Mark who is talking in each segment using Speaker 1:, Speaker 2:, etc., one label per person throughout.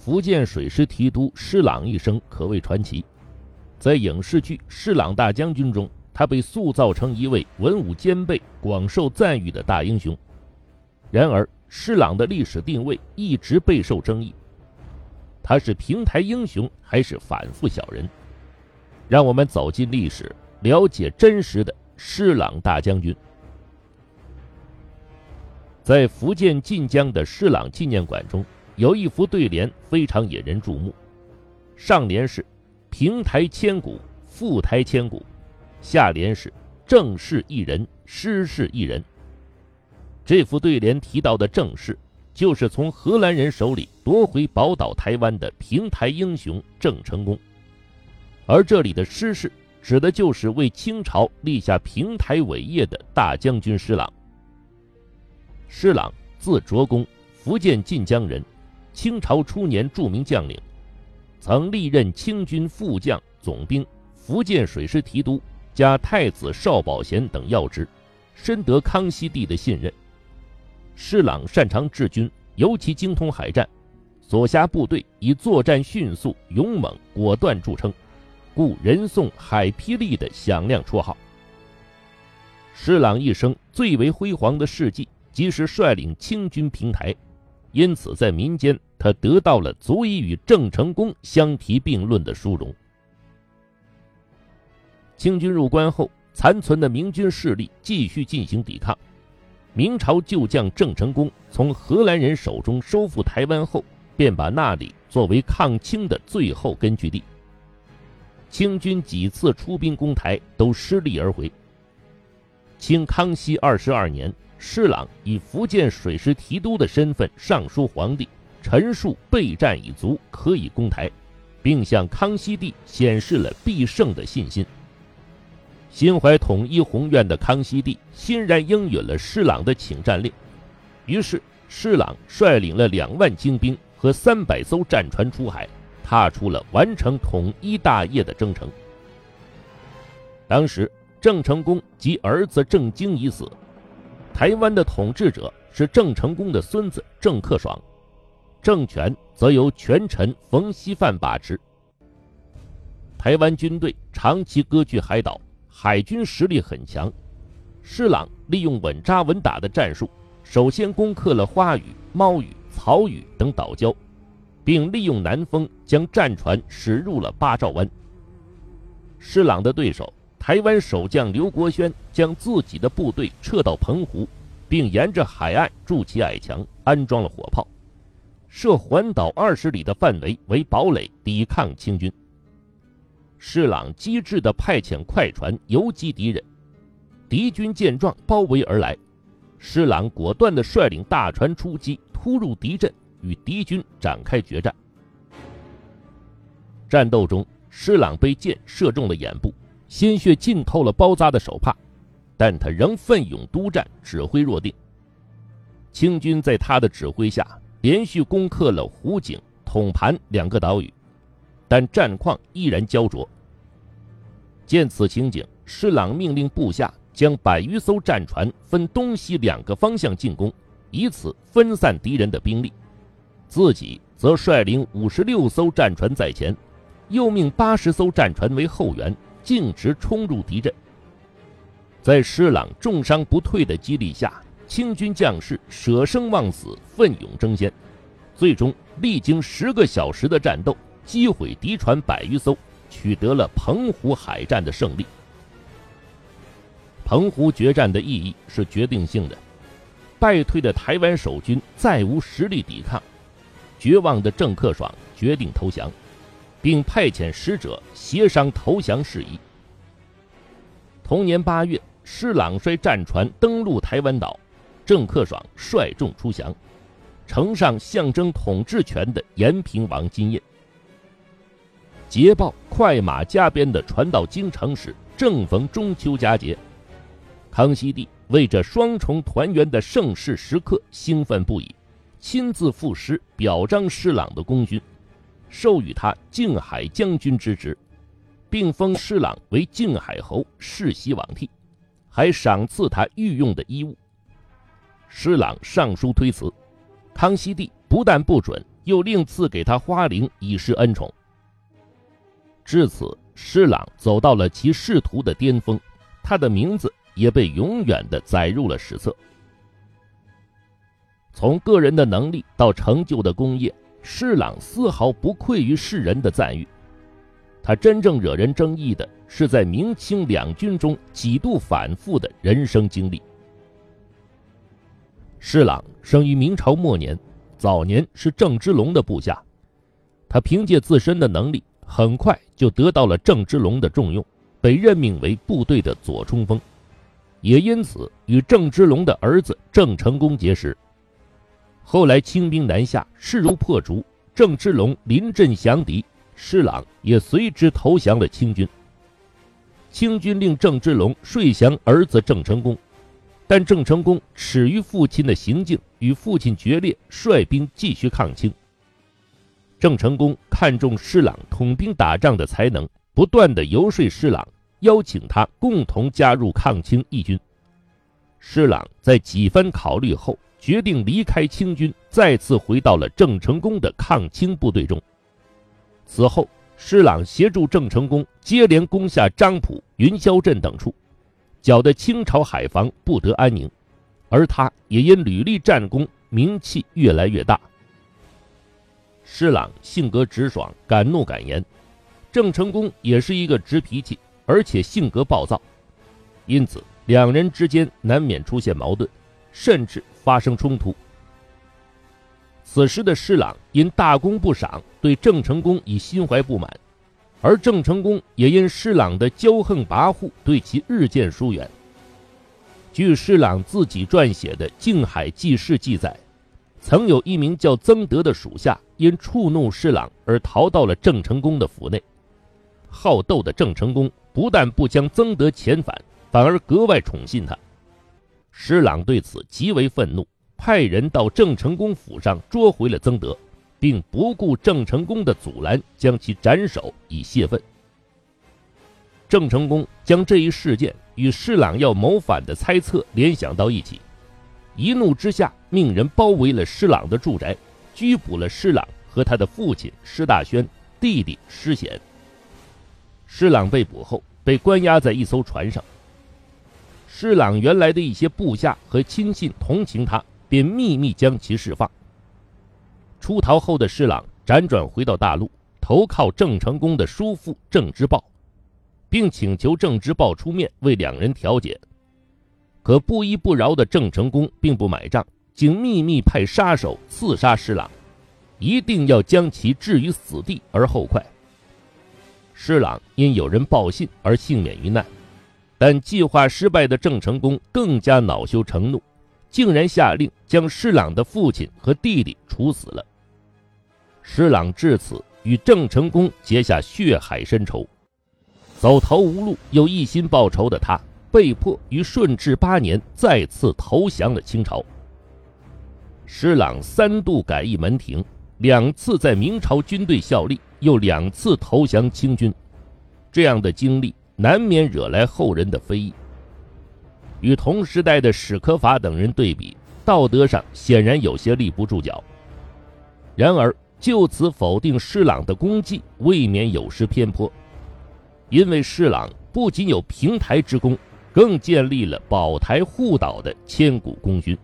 Speaker 1: 福建水师提督施琅一生可谓传奇。在影视剧《施琅大将军》中，他被塑造成一位文武兼备、广受赞誉的大英雄。然而，施琅的历史定位一直备受争议，他是平台英雄还是反复小人？让我们走进历史，了解真实的施琅大将军。在福建晋江的施琅纪念馆中，有一幅对联非常引人注目，上联是平台千古，赴台千古，下联是正士一人，失士一人。这幅对联提到的正士，就是从荷兰人手里夺回宝岛台湾的平台英雄郑成功，而这里的失士指的就是为清朝立下平台伟业的大将军施琅。施琅字卓公，福建晋江人，清朝初年著名将领，曾历任清军副将、总兵、福建水师提督加太子少保衔等要职，深得康熙帝的信任。施琅擅长治军，尤其精通海战，所辖部队以作战迅速、勇猛、果断著称，故人送海霹雳的响亮绰号。施琅一生最为辉煌的事迹，即是率领清军平台，因此在民间他得到了足以与郑成功相提并论的殊荣。清军入关后，残存的明军势力继续进行抵抗。明朝旧将郑成功从荷兰人手中收复台湾后，便把那里作为抗清的最后根据地。清军几次出兵攻台都失利而回。清康熙22年，施琅以福建水师提督的身份上书皇帝，陈述备战已足，可以攻台，并向康熙帝显示了必胜的信心。心怀统一宏愿的康熙帝欣然应允了施琅的请战令，于是施琅率领了2万精兵和300艘战船出海，踏出了完成统一大业的征程。当时郑成功及儿子郑经已死，台湾的统治者是郑成功的孙子郑克爽，政权则由权臣冯锡范把持。台湾军队长期割据海岛，海军实力很强。施琅利用稳扎稳打的战术，首先攻克了花屿、猫屿、草屿等岛礁，并利用南风将战船驶入了八兆湾。施琅的对手台湾守将刘国轩将自己的部队撤到澎湖，并沿着海岸筑起矮墙，安装了火炮，设环岛20里的范围为堡垒，抵抗清军。施琅机智地派遣快船游击敌人，敌军见状包围而来，施琅果断地率领大船出击，突入敌阵，与敌军展开决战。战斗中，施琅被箭射中了眼部，鲜血浸透了包扎的手帕，但他仍奋勇督战，指挥若定。清军在他的指挥下连续攻克了湖景、统盘2个岛屿，但战况依然焦灼。见此情景，施琅命令部下将100余艘战船分东西2个方向进攻，以此分散敌人的兵力，自己则率领56艘战船在前，又命80艘战船为后援，径直冲入敌阵。在施琅重伤不退的激励下，清军将士舍生忘死，奋勇争先，最终历经10个小时的战斗，击毁敌船100余艘，取得了澎湖海战的胜利。澎湖决战的意义是决定性的，败退的台湾守军再无实力抵抗，绝望的郑克爽决定投降，并派遣使者协商投降事宜。同年8月，施琅率战船登陆台湾岛，郑克爽率众出降，呈上象征统治权的延平王金印。捷报快马加鞭地传到京城时，正逢中秋佳节，康熙帝为这双重团圆的盛世时刻兴奋不已，亲自赋诗表彰施琅的功勋，授予他靖海将军之职，并封施琅为靖海侯，世袭罔替，还赏赐他御用的衣物。施琅上书推辞，康熙帝不但不准， 又另赐给他花翎以示恩宠。至此，施琅走到了其仕途的巅峰，他的名字也被永远地载入了史册。从个人的能力到成就的功业，施琅丝毫不愧于世人的赞誉。他真正惹人争议的是在明清两军中几度反复的人生经历。施琅生于明朝末年，早年是郑芝龙的部下，他凭借自身的能力，很快就得到了郑芝龙的重用，被任命为部队的左冲锋，也因此与郑芝龙的儿子郑成功结识。后来清兵南下，势如破竹，郑芝龙临阵降敌，施琅也随之投降了清军。清军令郑芝龙睡降儿子郑成功，但郑成功耻于父亲的行径，与父亲决裂，率兵继续抗清。郑成功看重施琅统兵打仗的才能，不断地游说施琅，邀请他共同加入抗清义军。施琅在几番考虑后，决定离开清军，再次回到了郑成功的抗清部队中。此后，施琅协助郑成功接连攻下漳浦、云霄镇等处，搅得清朝海防不得安宁，而他也因屡立战功，名气越来越大。施琅性格直爽，敢怒敢言，郑成功也是一个直脾气，而且性格暴躁，因此两人之间难免出现矛盾，甚至发生冲突。此时的施琅因大功不赏，对郑成功已心怀不满，而郑成功也因施琅的骄横跋扈，对其日渐疏远。据施琅自己撰写的《靖海记事》记载，曾有一名叫曾德的属下因触怒施琅而逃到了郑成功的府内。好斗的郑成功不但不将曾德遣返，反而格外宠信他。施琅对此极为愤怒，派人到郑成功府上捉回了曾德，并不顾郑成功的阻拦，将其斩首以泄愤。郑成功将这一事件与施琅要谋反的猜测联想到一起，一怒之下命人包围了施琅的住宅，拘捕了施琅和他的父亲施大轩、弟弟施显。施琅被捕后被关押在一艘船上，施琅原来的一些部下和亲信同情他，便秘密将其释放。出逃后的施琅辗转回到大陆，投靠郑成功的叔父郑芝豹，并请求郑芝豹出面为两人调解。可不依不饶的郑成功并不买账，竟秘密派杀手刺杀施琅，一定要将其置于死地而后快。施琅因有人报信而幸免于难，但计划失败的郑成功更加恼羞成怒，竟然下令将施琅的父亲和弟弟处死了。施琅至此与郑成功结下血海深仇，走投无路又一心报仇的他，被迫于顺治8年再次投降了清朝。施琅3度改易门庭，2次在明朝军队效力，又2次投降清军，这样的经历难免惹来后人的非议。与同时代的史可法等人对比，道德上显然有些立不住脚。然而就此否定施琅的功绩，未免有失偏颇，因为施琅不仅有平台之功，更建立了保台护岛的千古功勋。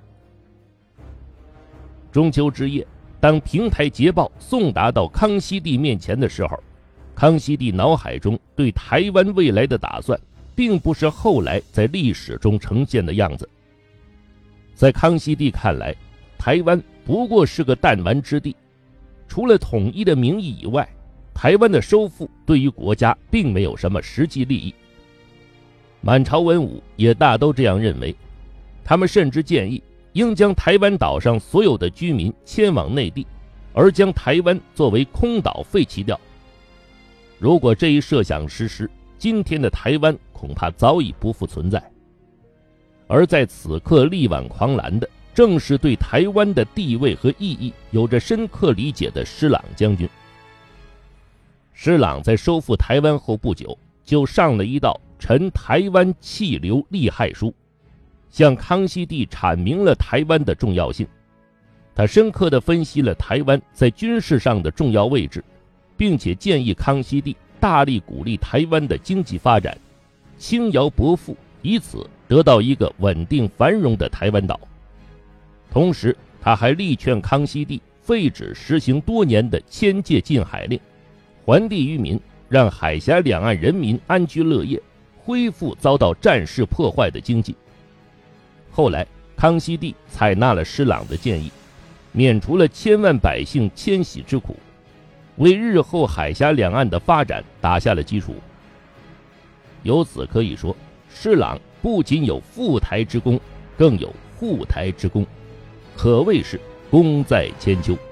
Speaker 1: 中秋之夜，当平台捷报送达到康熙帝面前的时候，康熙帝脑海中对台湾未来的打算，并不是后来在历史中呈现的样子。在康熙帝看来，台湾不过是个弹丸之地，除了统一的名义以外，台湾的收复对于国家并没有什么实际利益。满朝文武也大都这样认为，他们甚至建议应将台湾岛上所有的居民迁往内地，而将台湾作为空岛废弃掉。如果这一设想实施，今天的台湾恐怕早已不复存在。而在此刻力挽狂澜的，正是对台湾的地位和意义有着深刻理解的施琅将军。施琅在收复台湾后不久，就上了一道陈台湾弃留利害书，向康熙帝阐明了台湾的重要性。 他深刻地分析了台湾在军事上的重要位置，并且建议康熙帝大力鼓励台湾的经济发展，轻徭薄赋，以此得到一个稳定繁荣的台湾岛。同时，他还力劝康熙帝废止实行多年的迁界禁海令，还地于民，让海峡两岸人民安居乐业，恢复遭到战事破坏的经济。后来，康熙帝采纳了施琅的建议，免除了千万百姓迁徙之苦，为日后海峡两岸的发展打下了基础。由此可以说，施琅不仅有富台之功，更有护台之功，可谓是功在千秋。